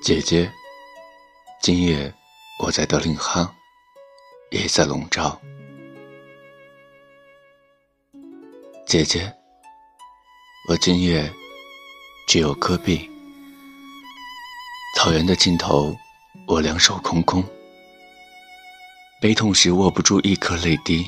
姐姐，今夜我在德令哈，夜色笼罩。姐姐，我今夜只有戈壁，草原的尽头，我两手空空，悲痛时握不住一颗泪滴。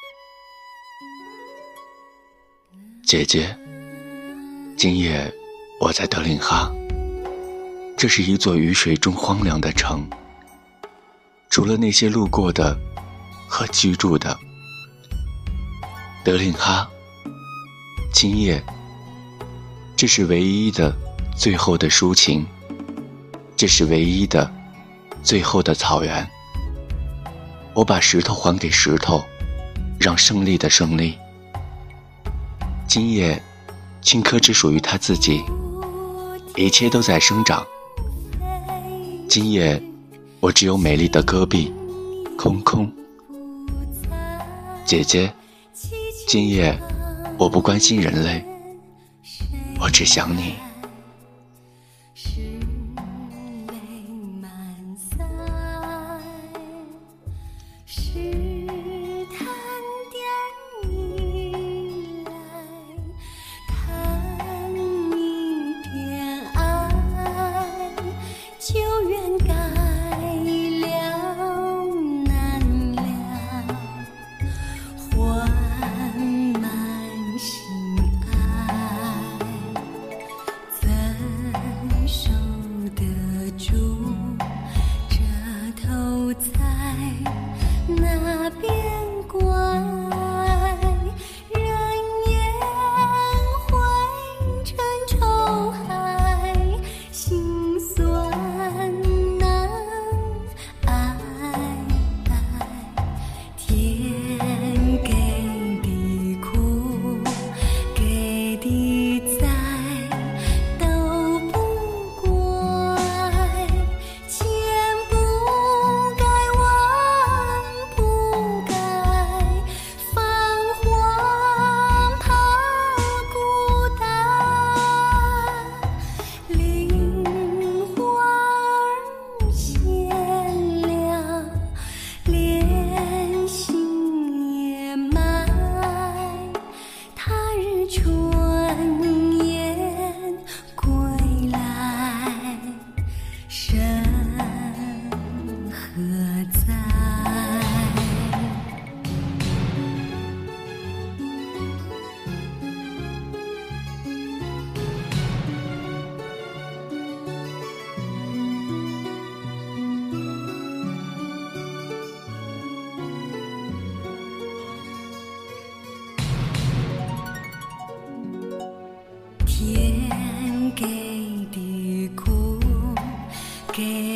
姐姐，今夜我在德令哈，这是一座雨水中荒凉的城，除了那些路过的和居住的。德令哈，今夜，这是唯一的最后的抒情，这是唯一的最后的草原。我把石头还给石头，让胜利的胜利。今夜，青稞只属于他自己，一切都在生长。今夜，我只有美丽的戈壁，空空。姐姐，今夜我不关心人类，我只想你。 那边关，人烟灰尘愁海，心酸难挨。天给的苦，给的灾，都不怪。千不该万不该，繁华怕孤单。菱花儿鲜亮，莲心也埋。他日春雁归来，身何在？天给的苦，给